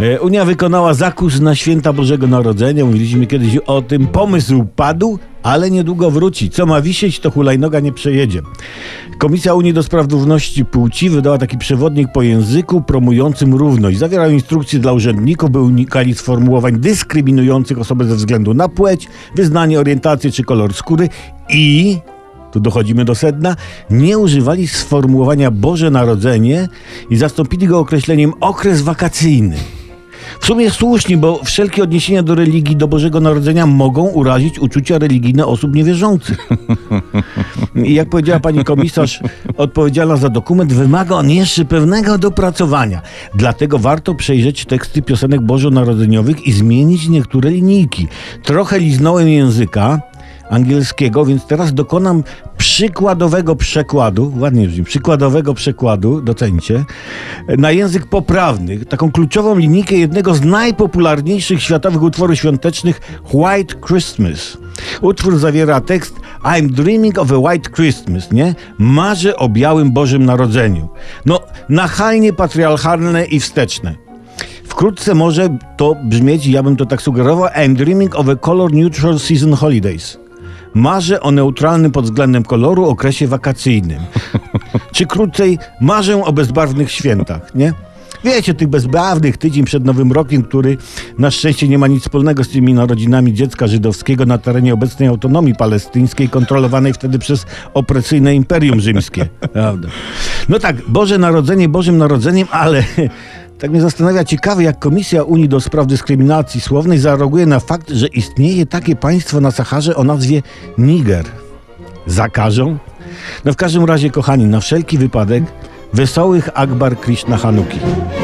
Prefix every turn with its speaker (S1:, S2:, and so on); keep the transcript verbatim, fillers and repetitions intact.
S1: Unia wykonała zakus na święta Bożego Narodzenia. Mówiliśmy kiedyś o tym. Pomysł padł, ale niedługo wróci. Co ma wisieć, to hulajnoga nie przejedzie. Komisja Unii do Spraw Równości Płci wydała taki przewodnik po języku promującym równość. Zawierał instrukcje dla urzędników, by unikali sformułowań dyskryminujących osoby ze względu na płeć, wyznanie, orientację czy kolor skóry i... tu dochodzimy do sedna, nie używali sformułowania Boże Narodzenie i zastąpili go określeniem okres wakacyjny. W sumie słusznie, bo wszelkie odniesienia do religii, do Bożego Narodzenia mogą urazić uczucia religijne osób niewierzących. I jak powiedziała pani komisarz odpowiedzialna za dokument, wymaga on jeszcze pewnego dopracowania. Dlatego warto przejrzeć teksty piosenek bożonarodzeniowych i zmienić niektóre linijki. Trochę liznąłem języka angielskiego, więc teraz dokonam przykładowego przekładu, ładnie brzmi, przykładowego przekładu, docencie, na język poprawny, taką kluczową linijkę jednego z najpopularniejszych światowych utworów świątecznych, White Christmas. Utwór zawiera tekst I'm dreaming of a white Christmas, nie? Marzę o białym Bożym Narodzeniu. No, nachalnie patriarchalne i wsteczne. Wkrótce może to brzmieć, ja bym to tak sugerował, I'm dreaming of a color neutral season holidays. Marzę o neutralnym pod względem koloru okresie wakacyjnym. Czy krócej, marzę o bezbarwnych świętach, nie? Wiecie, tych bezbarwnych tydzień przed Nowym Rokiem, który na szczęście nie ma nic wspólnego z tymi narodzinami dziecka żydowskiego na terenie obecnej autonomii palestyńskiej, kontrolowanej wtedy przez opresyjne Imperium Rzymskie. Prawda? No tak, Boże Narodzenie Bożym Narodzeniem, ale... tak mnie zastanawia, ciekawe, jak Komisja Unii do Spraw Dyskryminacji Słownej zareaguje na fakt, że istnieje takie państwo na Saharze o nazwie Niger. Zakażą? No w każdym razie, kochani, na wszelki wypadek wesołych Akbar Krishna Hanuki.